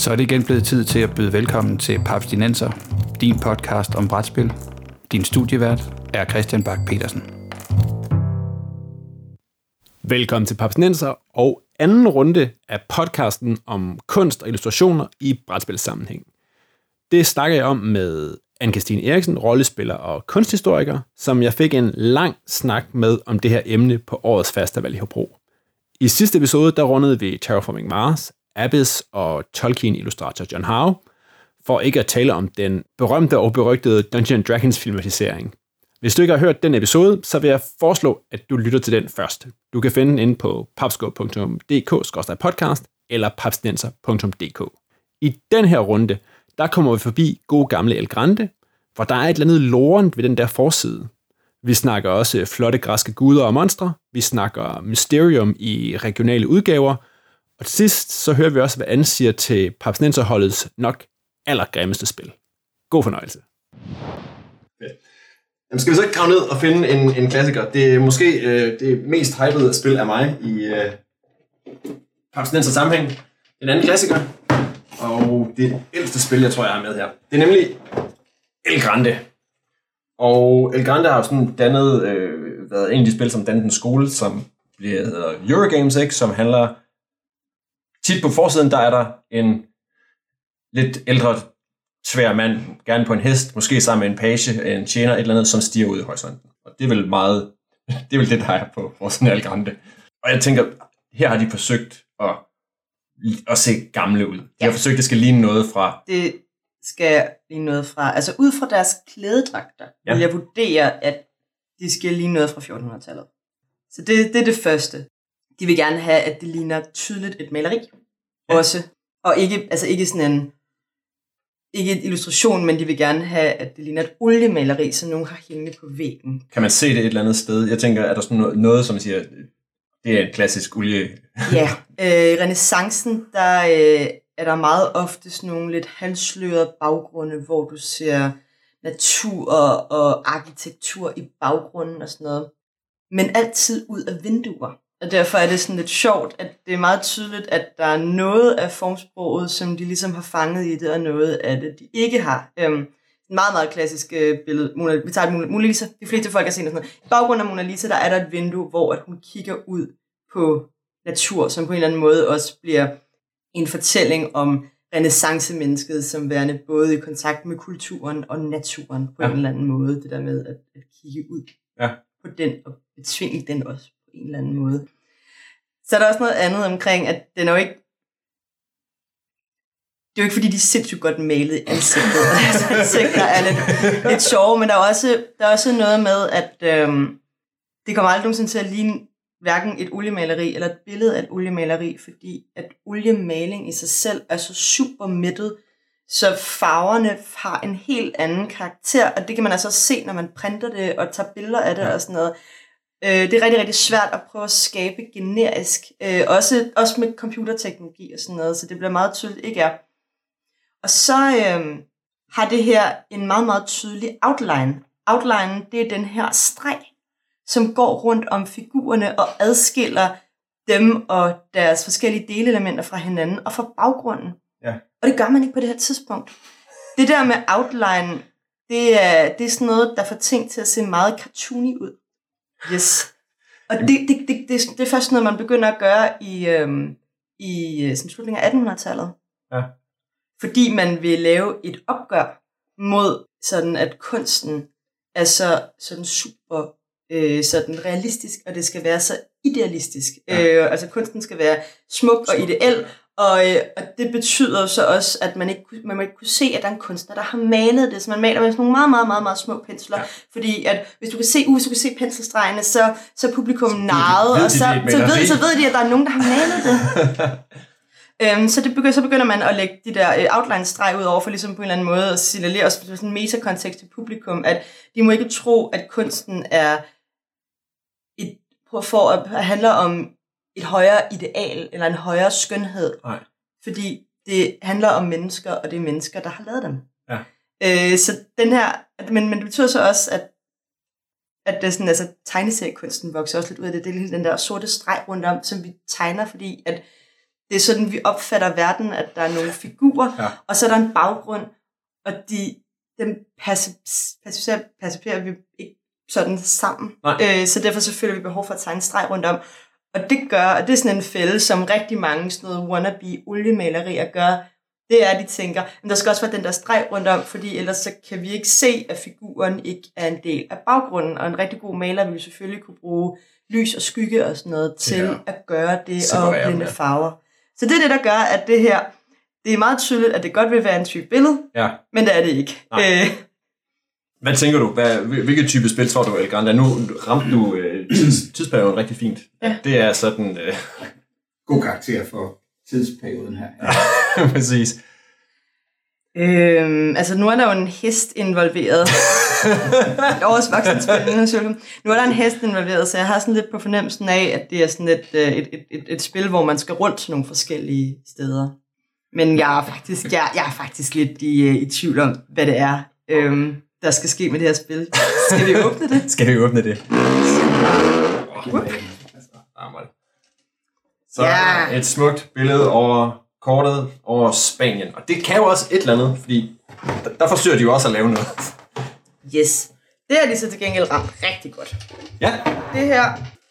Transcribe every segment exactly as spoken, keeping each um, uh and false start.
Så er det igen blevet tid til at byde velkommen til Papstinenser, din podcast om brætspil. Din studievært er Christian Bak Petersen. Velkommen til Papstinenser og anden runde af podcasten om kunst og illustrationer i brætspilssammenhæng. Det snakker jeg om med Anne-Kristine Eriksen, rollespiller og kunsthistoriker, som jeg fik en lang snak med om det her emne på årets festival i Hobro. I sidste episode, der rundede vi Terraforming Mars, Abyss og Tolkien-illustrator John Howe, for ikke at tale om den berømte og berygtede Dungeons and Dragons filmatisering. Hvis du ikke har hørt den episode, så vil jeg foreslå, at du lytter til den først. Du kan finde den inde på papskov punktum d k skråstreg podcast eller papstinenser punktum d k. I den her runde, der kommer vi forbi gode gamle El Grande, hvor der er et eller andet lorent ved den der forside. Vi snakker også flotte græske guder og monstre, vi snakker Mysterium i regionale udgaver, og til sidst så hører vi også, hvad Anne siger til Papstinenserholdets nok allergrimmeste spil. God fornøjelse. Jamen, skal vi så ikke grave ned og finde en, en klassiker? Det er måske øh, det mest hypede spil af mig i øh, Papstinenser sammenhæng. Den anden klassiker, og det ældste spil, jeg tror, jeg har med her. Det er nemlig El Grande. Og El Grande har jo sådan dannet, øh, været en af de spil, som dannede en skole, som bliver, hedder Eurogames, ikke? Som handler tit på forsiden, der er der en lidt ældre svær mand, gerne på en hest, måske sammen med en page, en tjener, et eller andet, som stiger ud i horisonten. Og det er vel meget, det er vel det, der er på forsiden af El Grande. Og jeg tænker, her har de forsøgt at, at se gamle ud. De ja. har forsøgt, at det skal ligne noget fra... Det skal ligne noget fra... Altså ud fra deres klædedragter, ja. vil jeg vurdere, at de skal ligne noget fra fjortenhundredetallet. Så det, det er det første. De vil gerne have, at det ligner tydeligt et maleri. Ja. Også. Og ikke, altså ikke sådan en... Ikke en illustration, men de vil gerne have, at det ligner et oliemaleri, som nogen har hængende på væggen. Kan man se det et eller andet sted? Jeg tænker, er der sådan noget, noget som siger, det er en klassisk olie... Ja, øh, renæssancen, der øh, er der meget ofte sådan nogle lidt halvslørede baggrunde, hvor du ser natur og arkitektur i baggrunden og sådan noget. Men altid ud af vinduer. Og derfor er det sådan lidt sjovt, at det er meget tydeligt, at der er noget af formsproget, som de ligesom har fanget i det, og noget af det, de ikke har. Øhm, et meget, meget klassisk øh, billede. Mona, vi tager et Mona Lisa. De fleste folk har set sådan noget. I baggrunden af Mona Lisa, der er der et vindue, hvor at hun kigger ud på natur, som på en eller anden måde også bliver en fortælling om renæssancemennesket, som værende både i kontakt med kulturen og naturen på ja. en eller anden måde. Det der med at, at kigge ud ja. på den, og betvinge den også på en eller anden måde. Så er der også noget andet omkring, at den er jo ikke... Det er jo ikke, fordi de er sindssygt godt malet i ansigtet, og deres ansigter er lidt, lidt sjove, men der er også, der er også noget med, at øhm, det kommer aldrig nogensinde til at ligne hverken et oliemaleri eller et billede af et oliemaleri, fordi at oliemaling i sig selv er så super mættet, så farverne har en helt anden karakter, og det kan man altså se, når man printer det og tager billeder af det ja. og sådan noget. Det er rigtig, rigtig svært at prøve at skabe generisk, øh, også, også med computerteknologi og sådan noget, så det bliver meget tydeligt, ikke er. Og så øh, har det her en meget, meget tydelig outline. Outlinen, det er den her streg, som går rundt om figurerne og adskiller dem og deres forskellige delelementer fra hinanden og fra baggrunden. Ja. Og det gør man ikke på det her tidspunkt. Det der med outline, det er, det er sådan noget, der får ting til at se meget cartoony ud. Yes. Og det, det, det, det, det er først noget, man begynder at gøre i, øhm, i sådan slutningen af attenhundredetallet. Ja. Fordi man vil lave et opgør mod sådan, at kunsten er så sådan super øh, sådan realistisk, og det skal være så idealistisk. Ja. Øh, altså kunsten skal være smuk og ideel, og, øh, og det betyder så også, at man ikke, man ikke kunne se, at der er en kunstner, der har malet det. Så man maler med sådan nogle meget, meget, meget, meget små pensler. Ja. Fordi at hvis du kan se, uh, hvis du kan se penselstregene, så, så er publikum narret, og så, så, ved, så ved de, at der er nogen, der har malet det. øhm, så, det begynder, så begynder man at lægge de der øh, outline-streg ud over, for ligesom på en eller anden måde at signalere også sådan en metakontekst til publikum, at de må ikke tro, at kunsten er et, for at handle om et højere ideal, eller en højere skønhed. Nej. Fordi det handler om mennesker, og det er mennesker, der har lavet dem. Ja. Øh, så den her, men, men det betyder så også, at, at det sådan, altså, tegneseriekunsten vokser også lidt ud af det. Det er lige den der sorte streg rundt om, som vi tegner, fordi at det er sådan, vi opfatter verden, at der er nogle figurer, ja. Og så er der en baggrund, og de, dem pacificerer, pacificerer vi ikke sådan sammen. Øh, så derfor så føler vi behov for at tegne en streg rundt om. Og det gør, og det er sådan en fælde, som rigtig mange sådan noget wannabe oliemalerier gør, det er, at de tænker, men der skal også være den der streg rundt om, fordi ellers så kan vi ikke se, at figuren ikke er en del af baggrunden. Og en rigtig god maler vil selvfølgelig kunne bruge lys og skygge og sådan noget til ja. At gøre det Separere, og blinde ja. Farver. Så det er det, der gør, at det her, det er meget tydeligt, at det godt vil være en type billede, ja. Men det er det ikke. Øh. Hvad tænker du? Hvad, hvilket type spil tror du, El Grande? Nu ramte du øh, tids, tidsperioden rigtig fint. Ja. Det er sådan... Øh... God karakter for tidsperioden her. Ja, præcis. Øhm, altså nu er der jo en hest involveret. Det er også voksenspil. Nu er der en hest involveret, så jeg har sådan lidt på fornemmelsen af, at det er sådan et, et, et, et, et spil, hvor man skal rundt til nogle forskellige steder. Men jeg er faktisk, jeg, jeg er faktisk lidt i, i tvivl om, hvad det er, øhm, der skal ske med det her spil. Skal vi åbne det? Skal vi åbne det? Så ja. Et smukt billede over kortet over Spanien. Og det kan jo også et eller andet, fordi der, der forsøger de jo også at lave noget. Yes. Det er de så til gengæld ramt rigtig godt. Ja. Det her.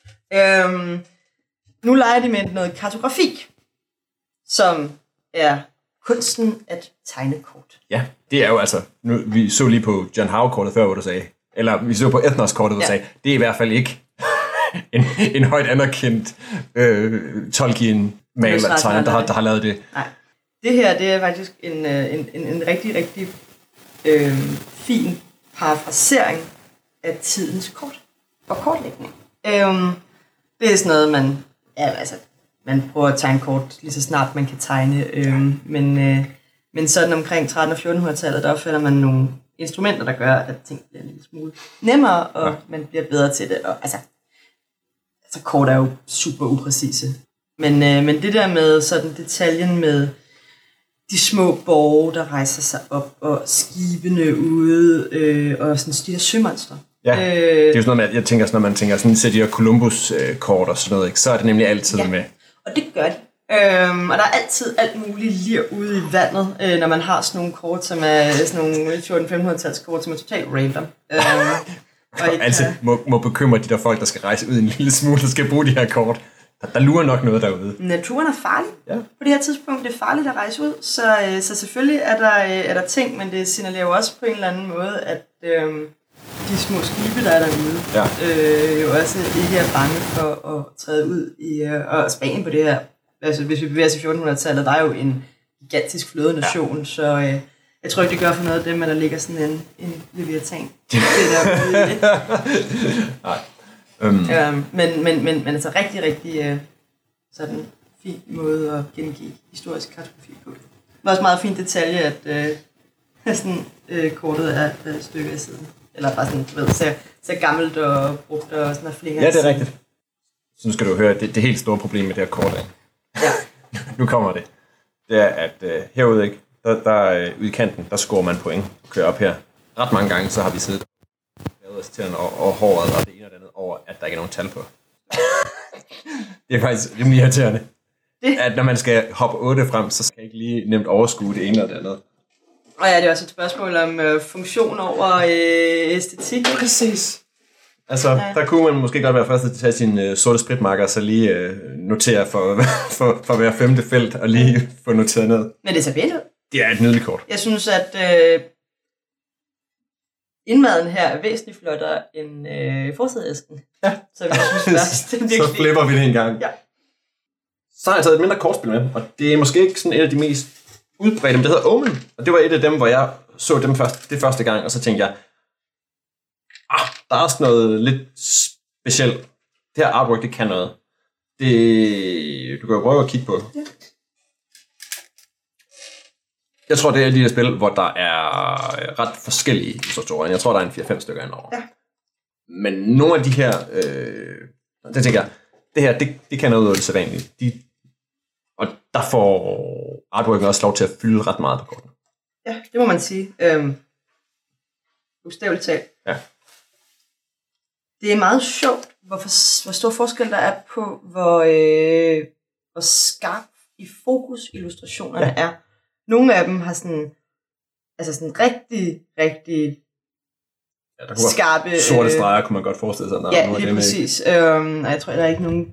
Øhm, nu leger de med noget kartografi, som er kunsten at tegne kort. Ja, det er jo altså, nu, vi så lige på John Howe-kortet før, hvor du sagde, eller vi så på Ethnos-kortet, hvor du ja. Sagde, det er i hvert fald ikke en, en højt anerkendt øh, Tolkien-maler, tegner, der, har, der har lavet det. Nej, det her, det er faktisk en, en, en, en rigtig, rigtig øh, fin parafrasering af tidens kort og kortlægning. Øhm, det er sådan noget, man, ja, altså, man prøver at tegne kort lige så snart man kan tegne, øhm, men, øh, men sådan omkring tretten- og fjortenhundredetallet, der opfinder man nogle instrumenter, der gør, at ting bliver en lille smule nemmere, og ja. Man bliver bedre til det. Og, altså, altså, kort er jo super upræcise. Men, øh, men det der med sådan detaljen med de små borge, der rejser sig op, og skibene ude, øh, og sådan de der sømonstre. Ja, øh, det er jo sådan noget med, at jeg tænker, når man tænker sådan, sætter de her Columbus-kort og sådan noget, ikke? Så er det nemlig altid ja. Med. Og det gør de. Øhm, og der er altid alt muligt lir ude i vandet, øh, når man har sådan nogle kort, som er sådan nogle fjorten-femten-hundrede-tals kort, som er totalt random. Øhm, og altid kan... må, må bekymre de der folk, der skal rejse ud en lille smule, der skal bruge de her kort. Der, der lurer nok noget derude. Naturen er farlig. Ja. På det her tidspunkt det er farligt at rejse ud, så, øh, så selvfølgelig er der, øh, er der ting, men det signalerer også på en eller anden måde, at øh, de små skibe, der er derude, ja. øh, jo også ikke er bange for at træde ud i øh, og Spanien på det her. Altså, hvis vi bevæger os i fjortenhundredetallet, der er jo en gigantisk flådenation, ja. Så øh, jeg tror ikke, det gør for noget af det, men der ligger sådan en, en leviathan. Det der ude, Nej. Um. Øhm, men, men, men, men altså rigtig, rigtig øh, sådan fin måde at gengive historisk kartografi på. Det var også meget fin detalje, at øh, sådan, øh, kortet er et stykke af siden. Eller bare sådan, du ved, ser, ser gammelt og brugt og sådan noget flinger. Ja, det er rigtigt. Så nu skal du høre, det, det helt store problem med det her kort af. Ja. Nu kommer det. Det er, at øh, herude, ikke, der, der øh, ude i kanten, der scorer man point. Kører op her. Ret mange gange, så har vi siddet os til og, og håret og det ene og det andet over, at der ikke er nogen tal på. Det er faktisk rimelig irriterende. Det. At når man skal hoppe otte frem, så skal jeg ikke lige nemt overskue det ene og det andet. Og ja, det er også et spørgsmål om øh, funktion over øh, æstetik. Præcis. Altså, ja. Der kunne man måske godt være først til at tage sin øh, sorte spritmarker, så lige øh, notere for, for, for hver femte felt, og lige få noteret ned. Men det ser pænt ud. Det er et nydeligt kort. Jeg synes, at øh, indmaden her er væsentligt flottere end øh, forsædeæsken. Ja. Så jeg synes først, det er virkelig... Så flipper vi det en gang. Ja. Så har jeg taget et mindre kortspil med, og det er måske ikke sådan et af de mest udbredte, men det hedder Omen. Og det var et af dem, hvor jeg så dem først, det første gang, og så tænkte jeg, ah, der er også noget lidt specielt. Det her artwork, det kan noget. Det, du kan jo prøve at kigge på. Ja. Jeg tror, det er de her spil, hvor der er ret forskellige illustratorer. Jeg tror, der er en fire fem stykker indover. Ja. Men nogle af de her, øh, det tænker jeg, det her, det, det kan noget af det sædvanlige. De, og der får artworken også lov til at fylde ret meget på korten. Ja, det må man sige. Øhm, bogstaveligt talt. Ja. Det er meget sjovt, hvor, for, hvor stor forskel der er på, hvor, øh, hvor skarp i fokus illustrationerne ja. er. Nogle af dem har sådan, altså sådan rigtig, rigtig ja, der skarpe... Sorte streger kunne man godt forestille sig. Ja, lige det præcis. Øhm, og jeg tror, der er ikke nogen...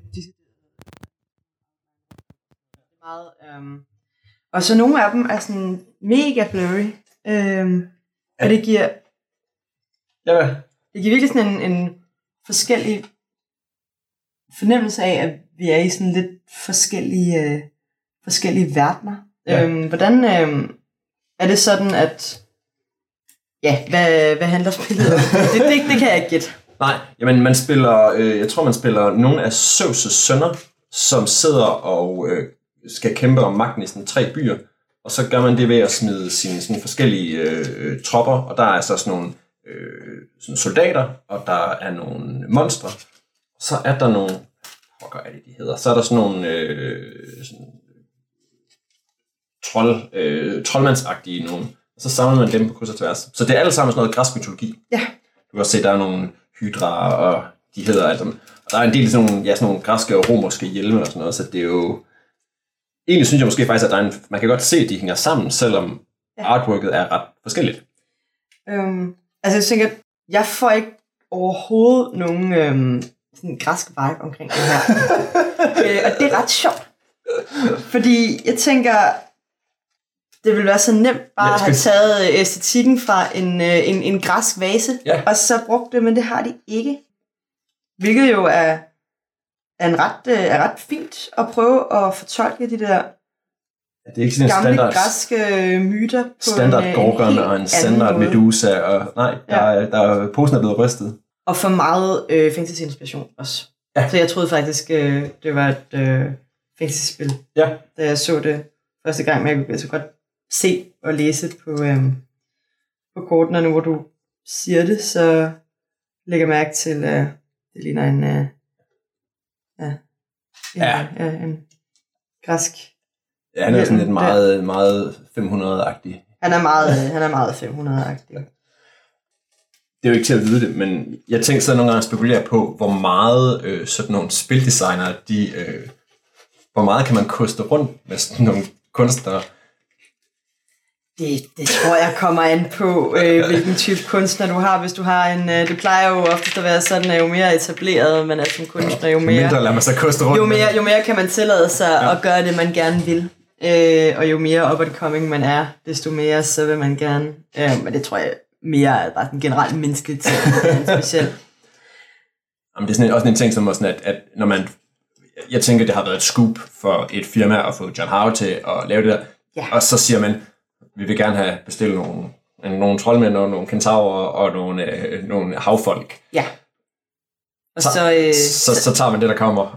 Meget, øhm. Og så nogle af dem er sådan mega blurry. Øhm, ja. Og det giver... Ja, hvad? Det giver virkelig sådan en, en forskellig fornemmelse af, at vi er i sådan lidt forskellige, øh, forskellige verdener. Ja. Øhm, hvordan øh, er det sådan, at... Ja, hvad, hvad handler spillet om? det, det, det kan jeg ikke gætte. Nej, jamen man spiller... Øh, jeg tror, man spiller nogle af Zeus' sønner, som sidder og øh, skal kæmpe om magten i sådan tre byer. Og så gør man det ved at smide sine sådan forskellige øh, tropper, og der er så sådan nogle øh, sådan soldater, og der er nogle monstre. Så er der nogle... Hvad er det, de hedder? Så er der sådan nogle... Øh, sådan, trold, øh, troldmandsagtige nogen. Og så samler man dem på kryds og tværs. Så det er alle sammen sådan noget græsk mytologi. Ja. Du kan også se, der er nogle hydraer, og de hedder altså... Og der er en del sådan nogle, ja, sådan nogle græske og romerske hjelme og sådan noget, så det er jo... Egentlig synes jeg måske faktisk, at der er en, man kan godt se, at de hænger sammen, selvom ja. artworket er ret forskelligt. Øhm, altså jeg tænker, jeg får ikke overhovedet nogen øhm, sådan græsk vibe omkring det her. øh, og det er ret sjovt. Fordi jeg tænker, det ville være så nemt bare at have taget æstetikken fra en, en, en græsk vase, ja. og så brugt det, men det har de ikke. Hvilket jo er, er, en ret, er ret fint at prøve at fortolke de der ja, det er ikke sådan gamle standard, græske myter på standard en, Gorgon og en standard Medusa, og nej, der, ja. er, der er, posen er blevet rystet. Og for meget øh, fantasy-inspiration også. Ja. Så jeg troede faktisk, øh, det var et øh, fantasy-spil, ja. da jeg så det første gang, men jeg kunne så godt se og læse på, øh, på kortene, nu hvor du siger det, så lægger mærke til, øh, det ligner en, øh, ja, en, ja. Ja, en græsk. Ja, han er sådan lidt meget, meget fem hundrede-agtig. Han er meget, han er meget fem hundrede-agtig. Det er jo ikke til at vide det, men jeg tænker så nogle gange at spekulere på, hvor meget øh, sådan nogle spildesignere, de, øh, hvor meget kan man koste rundt med sådan nogle kunstnere? Det, det tror jeg kommer an på, øh, hvilken type kunstner du har. Hvis du har en, øh, det plejer jo ofte at være sådan, at jo mere etableret man er som kunstner, jo mere, mindre lader man sig koste rundt. Jo mere, jo mere kan man tillade sig ja. at gøre det, man gerne vil. Øh, og jo mere up and coming man er, desto mere så vil man gerne. Øh, men det tror jeg mere er bare den generelle menneskelige ting, specielt. Jamen, det er sådan, også en ting, som er sådan, at, at når man... Jeg tænker, det har været et scoop for et firma at få John Howe til at lave det der. Ja. Og så siger man, vi vil gerne have bestilt nogle, nogle troldmænd og nogle kentaurer og nogle, øh, nogle havfolk. Ja. Og så, så, øh, så, så, så tager man det, der kommer.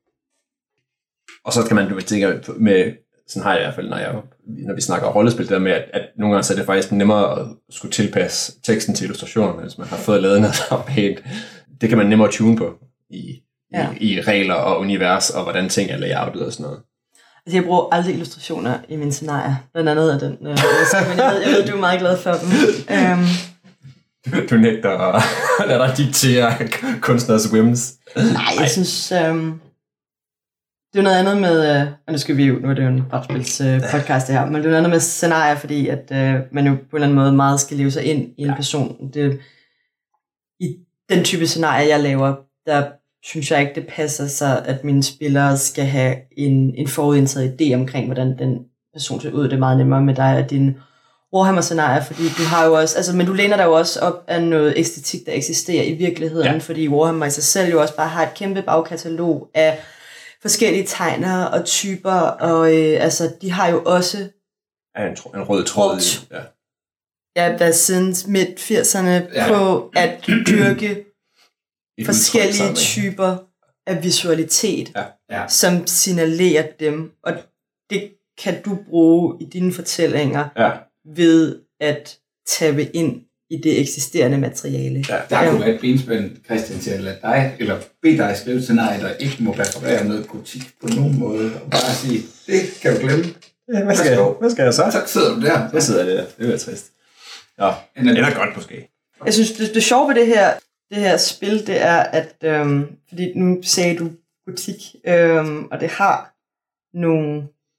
Og så kan man, du tænke med... Sådan har jeg i hvert fald, når, jeg, når vi snakker rollespil, der med, at, at nogle gange så er det faktisk nemmere at skulle tilpasse teksten til illustrationerne, hvis man har fået lavet noget, der er pænt. Det kan man nemmere tune på i, ja. i, i regler og univers, og hvordan ting er layoutet og sådan noget. Altså, jeg bruger aldrig illustrationer i mine scenarier. Blandt andet af den. Øh, men jeg ved, jeg ved, du er meget glad for dem. Um, du, du nægter at lade dig diktere kunstners whims. Nej, jeg synes... Um, det er noget andet med, øh, og nu skal vi jo, nu er det jo en brætspils øh, podcast det her, men det er noget andet med scenarier, fordi at øh, man jo på en eller anden måde meget skal leve sig ind i en ja. person. Det, i den type scenarier, jeg laver, der synes jeg ikke, det passer sig, at mine spillere skal have en, en forudindtaget idé omkring, hvordan den person ser ud. Det er meget nemmere med dig og din Warhammer-scenarier, fordi du har jo også, altså, men du læner dig jo også op af noget æstetik, der eksisterer i virkeligheden, ja. fordi Warhammer i sig selv jo også bare har et kæmpe bagkatalog af forskellige tegnere og typer, og øh, altså, de har jo også ja, en, tro, en rød tråd i, ja. Ja, været siden midt firserne ja. på at dyrke forskellige typer af visualitet, ja. Ja. som signalerer dem, og det kan du bruge i dine fortællinger ja. ved at tabe ind i det eksisterende materiale. Ja, der kunne være et benspænd, Christian, til at lade dig, eller bede dig skrive scenarier, der ikke må referere noget gotik på nogen måde, og bare sige, det kan du glemme. Ja, hvad, skal jeg, hvad skal jeg så? Så sidder du der. Så sidder jeg der. Det er trist. Ja, eller godt måske. Jeg synes, det, det sjove ved det her, det her spil, det er, at øhm, fordi nu sagde du gotik, øhm, og det har nogle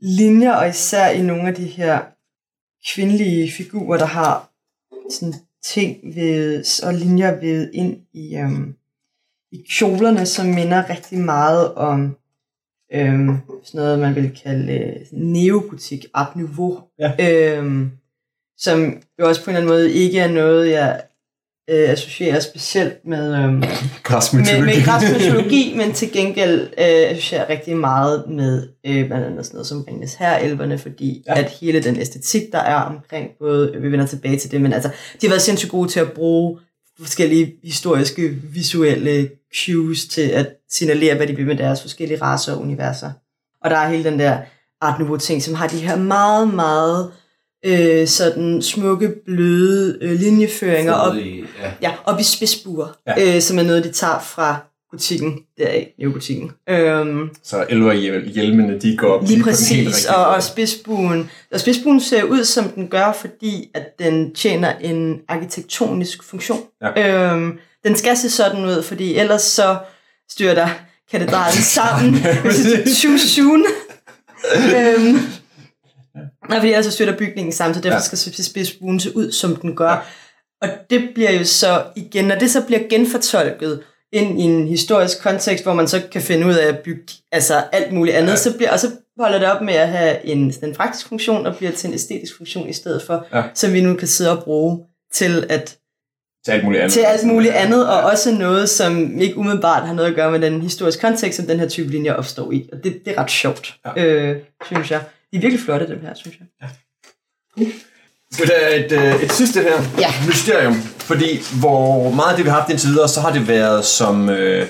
linjer, og især i nogle af de her kvindelige figurer, der har sådan ting ved, og linjer ved ind i, øhm, i kjolerne, som minder rigtig meget om øhm, sådan noget, man vil kalde øh, neogotik, art nouveau. Ja. Øhm, som jo også på en eller anden måde ikke er noget, jeg øh, associerer specielt med, øhm, græsk med, med græsk mytologi, men til gengæld øh, associerer rigtig meget med øh, blandt andet sådan noget som Ringenes Herre-elverne, fordi ja. At hele den æstetik, der er omkring, både, vi vender tilbage til det, men altså, de har været sindssygt gode til at bruge forskellige historiske, visuelle cues til at signalere, hvad de vil med deres forskellige racer og universer. Og der er hele den der art nouveau ting, som har de her meget, meget øh, sådan smukke, bløde øh, linjeføringer op, i, ja. Ja, op i spidsbuer, ja. øh, som er noget, de tager fra gotikken, deraf, neogotikken. Øhm, så elverhjelmene, de går op lige, lige præcis, og, og spidsbuen. Og spidsbuen ser ud, som den gør, fordi at den tjener en arkitektonisk funktion. Ja. Øhm, den skal se sådan ud, fordi ellers så styrter katedralen sammen, hvis det er too soon. øhm, og fordi ellers så styrter bygningen sammen, så derfor ja. Skal spidsbuen se ud, som den gør. Ja. Og det bliver jo så igen, når det så bliver genfortolket ind i en historisk kontekst, hvor man så kan finde ud af at bygge altså alt muligt andet, ja. Så bliver, og så holder det op med at have en, en praktisk funktion, og bliver til en æstetisk funktion i stedet for, ja. Som vi nu kan sidde og bruge til at til alt muligt andet, til alt muligt andet og ja. Også noget, som ikke umiddelbart har noget at gøre med den historiske kontekst, som den her type linjer opstår i. Og det, det er ret sjovt, ja. øh, synes jeg. De er virkelig flotte, dem her, synes jeg. Ja. Uh. Skal vi tage et, et sidste her? Ja. Mysterium. Fordi hvor meget af det, vi har haft indtil videre, så har det været som... Øh,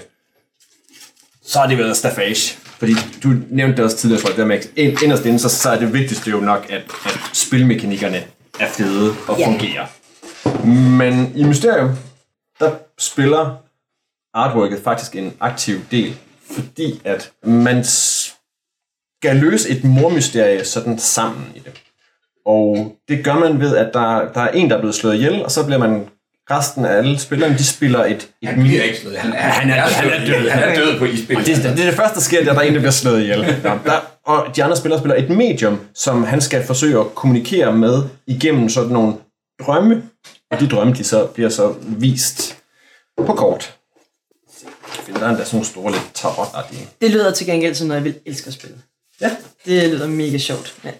så har det været staffage. Fordi du nævnte det også tidligere, for det med inderst inde, så, så er det vigtigste jo nok, at, at spilmekanikkerne er fede og yeah. fungerer. Men i Mysterium, der spiller artworket faktisk en aktiv del, fordi at man skal løse et mormysterie sådan sammen i det. Og det gør man ved, at der, der er en, der er blevet slået ihjel, og så bliver man resten af alle spillerne, de spiller et... et han bliver ikke slået. Han er, han er, han er død. Han er død på isspillet. Det, det er det første, der sker, det er, at der er en, der bliver slået ihjel. Ja, der, og de andre spillere spiller et medium, som han skal forsøge at kommunikere med igennem sådan nogle drømme. Og de drømme, de så bliver så vist på kort. Der er endda sådan nogle store lidt tarot-agtige. Det lyder til gengæld som noget, jeg vil elske at spille. Ja. Det lyder mega sjovt. Ja.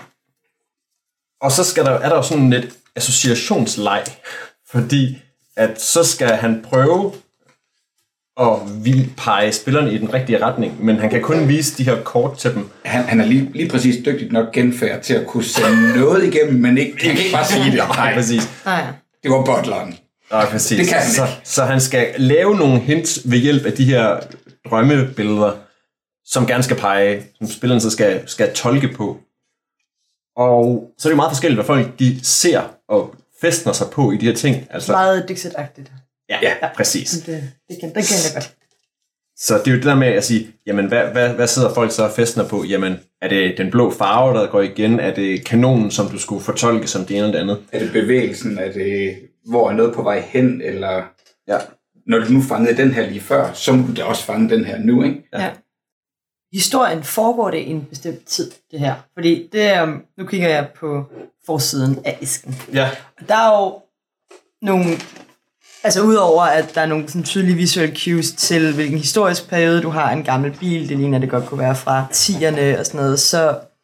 Og så skal der, er der jo sådan lidt associationsleg, fordi at så skal han prøve at pege spillerne i den rigtige retning, men han kan kun vise de her kort til dem. Han, han er lige, lige præcis dygtigt nok genfærd til at kunne sende noget igennem, men ikke, han kan ikke bare sige det. Nej, præcis. Nej. Det var butleren. Nej, præcis. Det kan han så, så han skal lave nogle hints ved hjælp af de her drømmebilleder, som gerne skal pege, som spillerne så skal, skal tolke på. Og så er det jo meget forskelligt, hvad folk de ser og fæstner sig på i de her ting. Altså, meget Dixit-agtigt. Ja, ja, præcis. Det, det, kan, det kan jeg godt. Så det er jo det der med at sige, jamen hvad, hvad, hvad sidder folk så og fæstner på? Jamen, er det den blå farve, der går igen? Er det kanonen, som du skulle fortolke som det ene eller det andet? Er det bevægelsen? Er det, hvor er noget på vej hen? Eller ja. Når du nu fangede den her lige før, så må du da også fange den her nu, ikke? Ja. ja. Historien foregår det i en bestemt tid, det her. Fordi det er, nu kigger jeg på forsiden af æsken. Ja. Og der er jo nogle, altså udover at der er nogle sådan tydelige visuelle cues til, hvilken historisk periode du har, en gammel bil, det ligner det godt kunne være fra tierne og sådan noget, så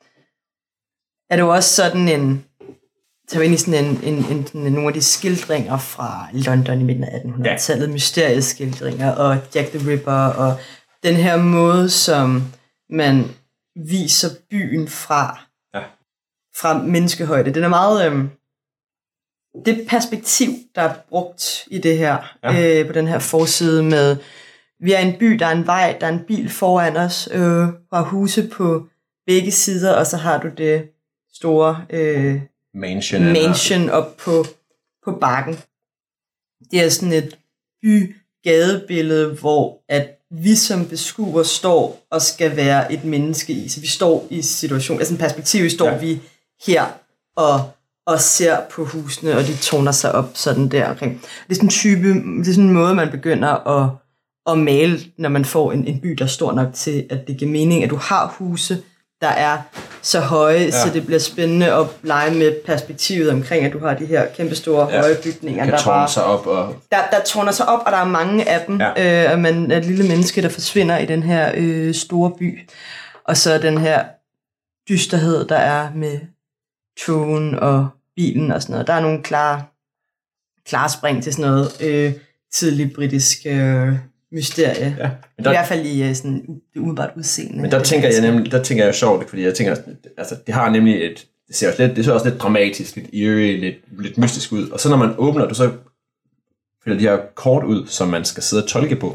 er det jo også sådan en, tager vi ind i sådan en, en, en, en, nogle af de skildringer fra London i midten af attenhundredetallet, ja. Mysterieskildringer og Jack the Ripper og den her måde, som man viser byen fra, ja. Fra menneskehøjde. Den er meget... Øhm, det perspektiv, der er brugt i det her, ja. øh, på den her forside med, vi er en by, der er en vej, der er en bil foran os, øh, fra huse på begge sider, og så har du det store øh, mansion, mansion op på, på bakken. Det er sådan et by-gadebillede, hvor at vi som beskuer står og skal være et menneske i. Så vi står i situation, altså en perspektiv, vi står ja. Vi her og, og ser på husene, og de toner sig op sådan der omkring. Det er sådan en type, det er sådan en måde, man begynder at, at male, når man får en, en by, der er stor nok til, at det giver mening, at du har huse der er så høje, ja. så det bliver spændende at lege med perspektivet omkring, at du har de her kæmpe store ja. høje bygninger, kan der tårne bare, sig op. Og... Der, der tårner sig op, og der er mange af dem, ja. øh, og man er et lille menneske, der forsvinder i den her øh, store by. Og så den her dysterhed, der er med togen og bilen og sådan noget. Der er nogle klare, klare spring til sådan noget øh, tidligt britisk øh, mysterie. Ja, der, I hvert fald i sådan, det umiddelbart udseende. Men der tænker jeg nemlig, der tænker jeg sjovt, fordi jeg tænker, altså det har nemlig et, det ser også lidt, det ser også lidt dramatisk, lidt eerie, lidt, lidt mystisk ud. Og så når man åbner, du så fælder de her kort ud, som man skal sidde og tolke på.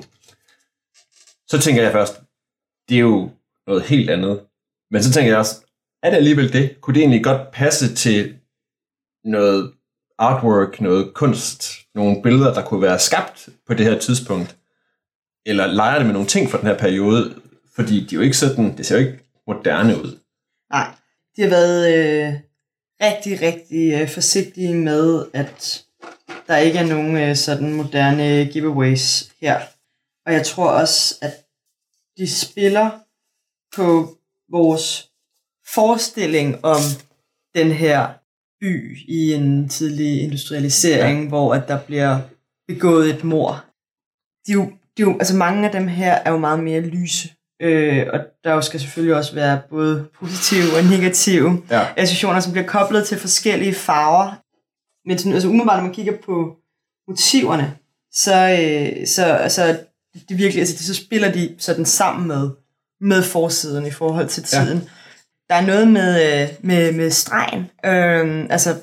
Så tænker jeg først, det er jo noget helt andet. Men så tænker jeg også, er det alligevel det? Kunne det egentlig godt passe til noget artwork, noget kunst, nogle billeder, der kunne være skabt på det her tidspunkt? Eller leger det med nogle ting fra den her periode? Fordi de er jo ikke sådan, det ser jo ikke moderne ud. Nej, de har været øh, rigtig, rigtig øh, forsigtige med, at der ikke er nogen øh, sådan moderne giveaways her. Og jeg tror også, at de spiller på vores forestilling om den her by i en tidlig industrialisering, ja. hvor at der bliver begået et mord. De er jo, de er jo, altså mange af dem her er jo meget mere lyse, øh, og der skal selvfølgelig også være både positive og negative ja. associationer, som bliver koblet til forskellige farver. Men sådan, altså umiddelbart, når man kigger på motiverne, så, øh, så altså, det virkelig, altså, så spiller de sådan sammen med, med forsiden i forhold til tiden. Ja. Der er noget med, med, med stregen, øh, altså,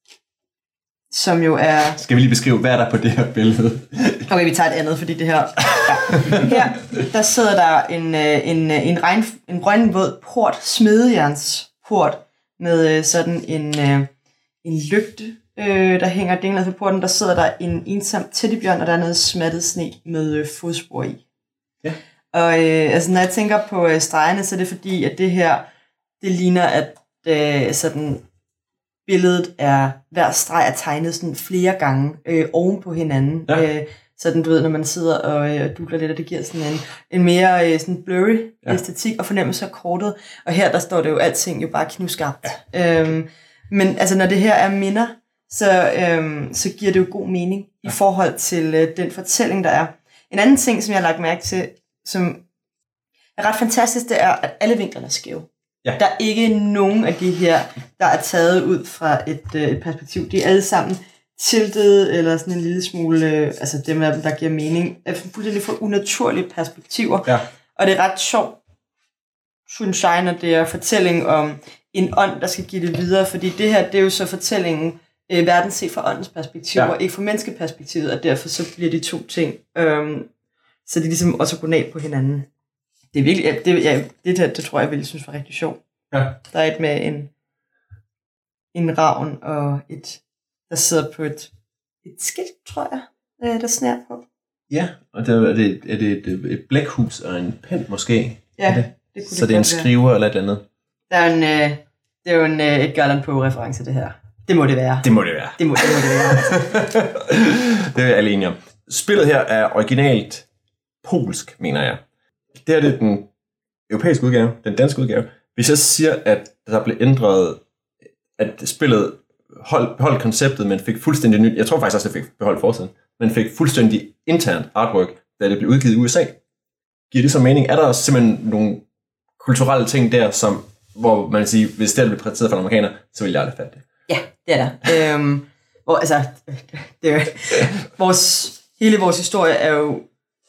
som jo er... Skal vi lige beskrive, hvad er der på det her billede? Okay, vi tager et andet, fordi det her... Ja. Her, der sidder der en, en, en, regn, en brøndvåd port, smedejernsport, med sådan en, en lygte, øh, der hænger dinglet på porten. Der sidder der en ensom teddybjørn, og der er noget smattet sne med fodspor i. Ja. Og øh, altså, når jeg tænker på øh, stregene, så er det fordi, at det her, det ligner, at øh, sådan... billedet er, hver streg er tegnet sådan flere gange øh, oven på hinanden. Ja. Øh, sådan, du ved, når man sidder og, øh, og dubler lidt, og det giver sådan en, en mere øh, sådan blurry ja. æstetik og fornemmelse af kortet. Og her, der står det jo alting jo bare knivskarpt. Ja. Øhm, men altså, når det her er minder, så, øhm, så giver det jo god mening ja. i forhold til øh, den fortælling, der er. En anden ting, som jeg har lagt mærke til, som er ret fantastisk, det er, at alle vinklerne er skæve. Ja. Der er ikke nogen af de her, der er taget ud fra et, øh, et perspektiv. De er alle sammen tiltet, eller sådan en lille smule, øh, altså dem af dem, der giver mening, er fuldstændig for unaturlige perspektiver. Ja. Og det er ret sjovt, synes jeg, når det er fortælling om en ånd, der skal give det videre, fordi det her, det er jo så fortællingen, øh, verden set fra åndens perspektiv, ja. og ikke fra menneskeperspektivet, og derfor så bliver de to ting, øh, så de er ligesom ortogonalt på hinanden. Det er virkelig, ja, det, ja, det, det, det tror jeg, jeg ville synes var rigtig sjovt. Ja. Der er et med en, en ravn og et, der sidder på et, et skilt, tror jeg, der snær på. Ja, og der, er, det, er det et, et blækhus og en pen måske? Ja, det, det kunne Så det, det er en skriver være. Eller et andet? Der er en, øh, det er jo en øh, Edgar Allan Poe-reference, det her. Det må det være. Det må det være. Det må det, må det være. Altså. Det er jeg alle enige om. Spillet her er originalt polsk, mener jeg. Det her det er den europæiske udgave, den danske udgave. Hvis jeg siger, at der blev ændret, at spillet holdt, beholdt konceptet, men fik fuldstændig nyt, jeg tror faktisk også, at det fik beholdt forsiden, men fik fuldstændig internt artwork, da det blev udgivet i U S A. Giver det så mening? Er der også simpelthen nogle kulturelle ting der, som, hvor man siger, hvis det blev præsenteret for en amerikaner, så vil jeg aldrig fatte det? Ja, det er der. øhm, hvor, altså, det er jo, vores, hele vores historie er jo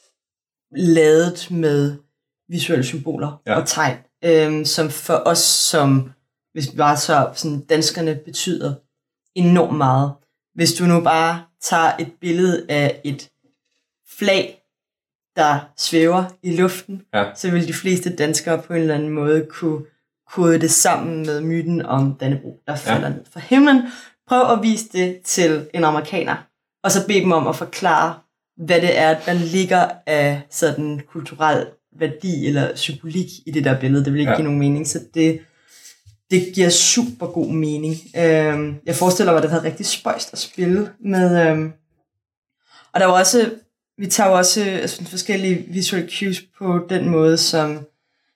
ladet med visuelle symboler ja. og tegn, øhm, som for os, som hvis vi bare så sådan, danskerne betyder enormt meget. Hvis du nu bare tager et billede af et flag, der svæver i luften, ja. så vil de fleste danskere på en eller anden måde kunne kode det sammen med myten om Dannebrog, der falder ja. ned fra himlen. Prøv at vise det til en amerikaner, og så bed dem om at forklare, hvad det er, der ligger af sådan kulturel værdi eller symbolik i det der billede. Det vil ikke ja. give nogen mening, så det, det giver super god mening. Øhm, jeg forestiller mig, at det har været rigtig spøjst at spille med. Øhm, og der var også, vi tager jo også altså, forskellige visual cues på den måde, som,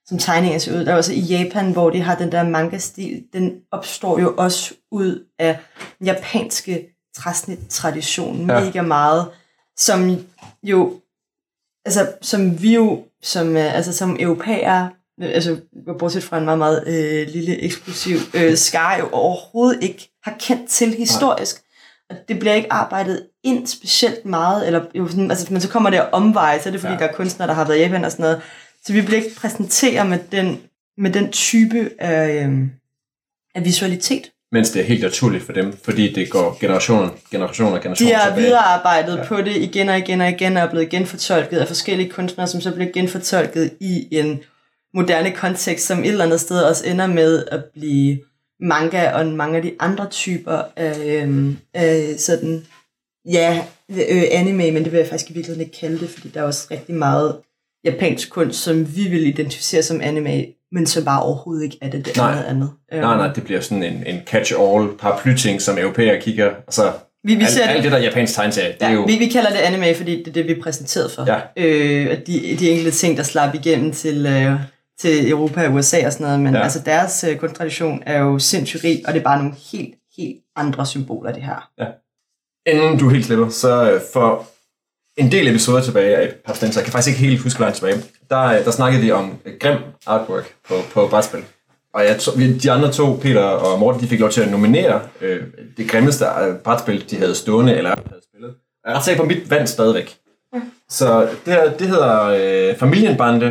som tegninger ser ud. Der er også i Japan, hvor de har den der manga-stil, den opstår jo også ud af den japanske træsnit-tradition ja. mega meget, som jo, altså som vi jo, som, altså som europæere, altså bortset fra en meget, meget øh, lille, eksklusiv øh, skare, jo overhovedet ikke har kendt til historisk. Og det bliver ikke arbejdet ind specielt meget, eller jo sådan, altså, men så kommer det omveje, så er det fordi, ja. der er kunstnere, der har været i Japan og sådan noget. Så vi bliver ikke præsenteret med den, med den type af, øhm, af visualitet. Mens det er helt naturligt for dem, fordi det går generationer, generationer, generationer tilbage. De har tilbage. viderearbejdet ja. på det igen og igen og igen, og er blevet genfortolket af forskellige kunstnere, som så bliver genfortolket i en moderne kontekst, som et eller andet sted også ender med at blive manga og mange af de andre typer af, øhm, af sådan, ja, øh, anime, men det vil jeg faktisk i virkeligheden ikke kalde det, fordi der er også rigtig meget japansk kunst, som vi vil identificere som anime, men som bare overhovedet ikke er det, det nej. noget andet. Nej, nej, det bliver sådan en, en catch-all paraply-ting, som europæere kigger, og så vi, vi alt, ser alt det, det der japansk tegneserie, det ja, er jo... Vi, vi kalder det anime, fordi det er det, vi er præsenteret for. Ja. Øh, og de, de enkelte ting, der slap igennem til, øh, til Europa og U S A og sådan noget, men ja. altså deres øh, kunsttradition er jo sindssygt rig, og det er bare nogle helt, helt andre symboler, det her. Ja. Inden du helt slipper, så øh, for en del episoder tilbage af Papstenser, jeg kan faktisk ikke helt huske, hvor langt tilbage, der, der snakkede vi om grim artwork på, på brætspil. Og jeg, de andre to, Peter og Morten, de fik lov til at nominere øh, det grimmeste brætspil, de havde stående eller havde spillet. Jeg er ret sikker på, mit vand stadigvæk. Ja. Så det, her, det hedder øh, Familienbande.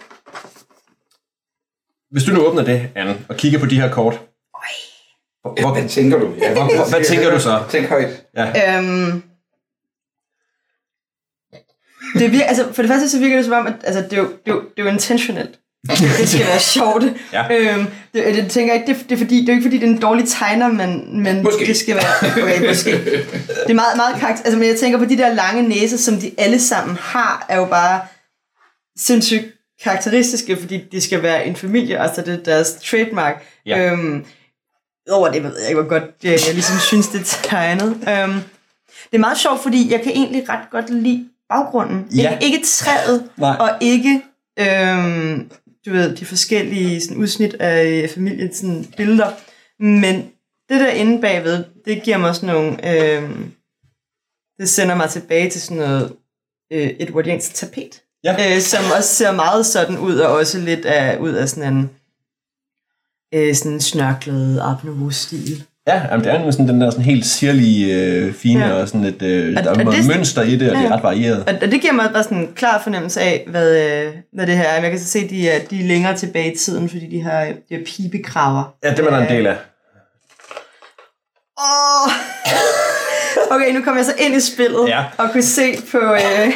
Hvis du nu åbner det, Anne, og kigger på de her kort. Hvor, hvor, hvad tænker du? Ja, hvor, hvor, hvad tænker du så? Tænk højt. Ja. Øhm, det virker, altså for det første så virker det som om, at altså, det, er jo, det, er jo, det er jo intentionelt. Det skal være sjovt. Ja. Øhm, det, det tænker jeg ikke, det, det, er fordi, det er jo ikke fordi, det er en dårlig tegner, men, men det skal være... Okay, måske. Det er meget, meget karakter... Altså, men jeg tænker på de der lange næser, som de alle sammen har, er jo bare sindssygt karakteristiske, fordi det skal være en familie, altså det er deres trademark. Ja. Øhm, over det ved jeg ikke, hvor godt jeg, jeg ligesom synes, det er tegnet. Øhm, det er meget sjovt, fordi jeg kan egentlig ret godt lide baggrunden. Ja. Ikke, ikke træet, Nej. og ikke øhm, du ved, de forskellige sådan, udsnit af familiens sådan, billeder. Men det der inde bagved, det giver mig sådan nogle... Øhm, det sender mig tilbage til sådan noget øh, edwardiansk tapet. Ja. Øh, som også ser meget sådan ud, og også lidt af, ud af sådan en øh, sådan snørklet Art Nouveau-stil. Ja, jamen, det er sådan den der sådan helt sirlige, øh, fine ja. og sådan et øh, der er noget mønster i det, og ja. det er ret varieret. Og, og det giver mig bare sådan en klar fornemmelse af, hvad, øh, hvad det her er. Jeg kan så se, at de er, de er længere tilbage i tiden, fordi de har, de har pibekraver. Ja, det er der en del af. Åh! Oh. Okay, nu kommer jeg så ind i spillet, ja. og kunne se på... Øh...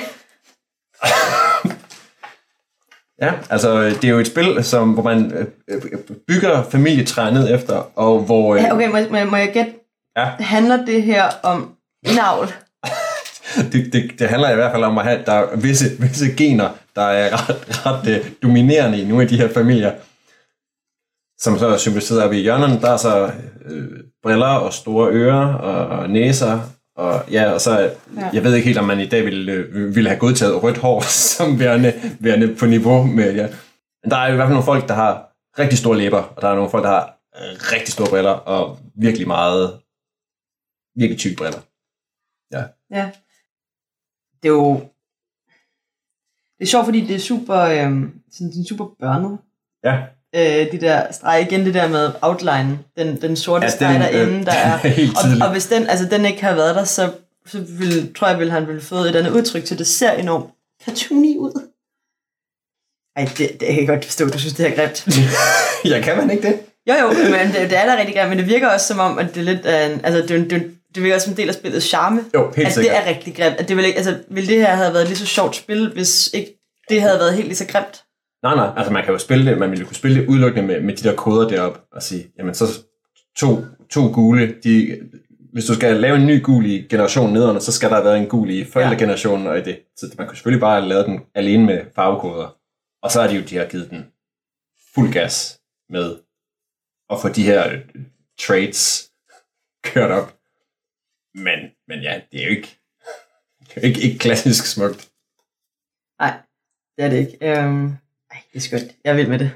Ja, altså det er jo et spil, som, hvor man øh, bygger familietræer ned efter, og hvor... Øh... Ja, okay, må, må, må jeg gætte? Ja. Handler det her om navl? det, det, det handler i hvert fald om at have, der er visse, visse gener, der er ret, ret uh, dominerende i nogle af de her familier, som så er symboliseret op i hjørnerne. Der er så øh, briller og store ører og, og næser, og ja, og så, ja. jeg ved ikke helt, om man i dag ville, ville have godtaget rødt hår som værende, værende på niveau med, ja. Men der er i hvert fald nogle folk, der har rigtig store læber, og der er nogle folk, der har rigtig store briller, og virkelig meget, virkelig tykke briller. Ja. Ja. Det er jo, det er sjovt, fordi det er super, øh, sådan super børnet. Ja. Øh, de der streg, igen det der med outline, den, den sorte ja, streg derinde, øh, der er, og, og hvis den, altså den ikke har været der, så, så vil, tror jeg, vil han ville få et andet udtryk til, det ser enormt cartoony ud. Ej, det, det kan jeg godt forstå, du synes, det er grimt. Ja, kan man ikke det? Jo, jo, men det, det er da rigtig grimt, men det virker også som om, at det er lidt af en, altså det, det, det virker også som en del af spillets charme, jo, helt at sikkert. det er rigtig grimt. At det ville, ikke, altså, ville det her have været lige så sjovt spil, hvis ikke det havde været helt lige så grimt? Nej, nej, altså man kan jo spille det, man ville kunne spille det udelukkende med, med de der koder deroppe, og sige, jamen så to, to gule, de, hvis du skal lave en ny gul i generationen nedenunder, så skal der have været en gul i forældregenerationen, og i det. Så man kunne selvfølgelig bare lave den alene med farvekoder. Og så er de jo, de har givet den fuld gas med at få de her traits kørt op. Men, men ja, det er jo ikke, det er ikke, ikke klassisk smukt. Nej, det er det ikke. Um, Ej, det er skønt. Jeg vil med det.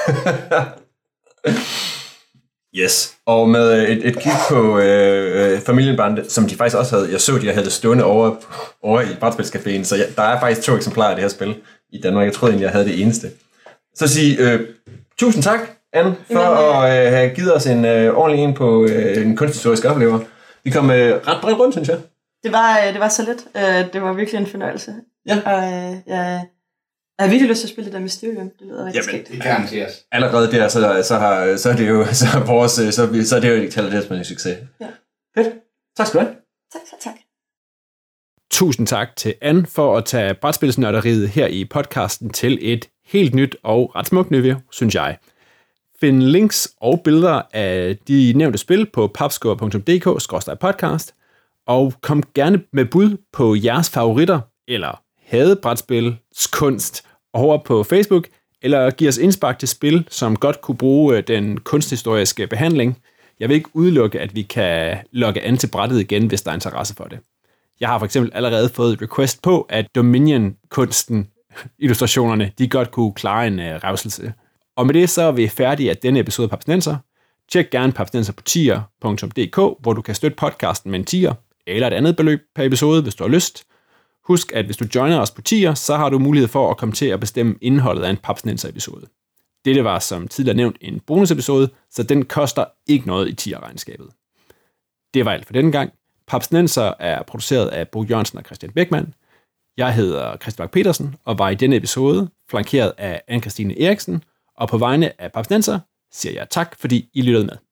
Yes, og med et, et kig på øh, familienbande, som de faktisk også havde, jeg så, de havde det stående over, over i Brætspilscaféen, så jeg, der er faktisk to eksemplarer af det her spil i Danmark. Jeg troede egentlig, jeg havde det eneste. Så sige øh, tusind tak, Anne, for at øh, have givet os en øh, ordentlig en på øh, en kunsthistorisk oplever. Vi kom øh, ret bredt rundt, synes jeg. Det var, det var så lidt. Det var virkelig en fornøjelse. Ja. Og jeg, jeg har virkelig lyst til at spille det der Mysterium. Det lyder rigtig skægt. Det garanteres. Allerede der, så, så, har, så er det jo så er vores, så, så er det jo ikke taler det som en succes. Ja. Fedt. Tak skal du have. Tak, tak, tak. Tusind tak til Anne for at tage brætspilsnørderiet her i podcasten til et helt nyt og ret smukt niveau, synes jeg. Find links og billeder af de nævnte spil på papskubber punktum d k skråstreg podcast, og kom gerne med bud på jeres favoritter eller hadebrætspilskunst over på Facebook, eller giv os indspark til spil, som godt kunne bruge den kunsthistoriske behandling. Jeg vil ikke udelukke, at vi kan logge an til brættet igen, hvis der er interesse for det. Jeg har for eksempel allerede fået et request på, at Dominion-kunsten, illustrationerne, de godt kunne klare en uh, revselse. Og med det så er vi færdige af denne episode af Papsnenser. Tjek gerne Papsnenser på tier punktum d k, hvor du kan støtte podcasten med en tier, eller et andet beløb per episode, hvis du har lyst. Husk, at hvis du joiner os på tier, så har du mulighed for at komme til at bestemme indholdet af en Papsnenser-episode. Dette var som tidligere nævnt en bonusepisode, så den koster ikke noget i tier-regnskabet. Det var alt for denne gang. Papsnenser er produceret af Bo Jørgensen og Christian Beckmann. Jeg hedder Christian Bak Petersen og var i denne episode flankeret af Anne-Kristine Eriksen, og på vegne af Papsnenser siger jeg tak, fordi I lyttede med.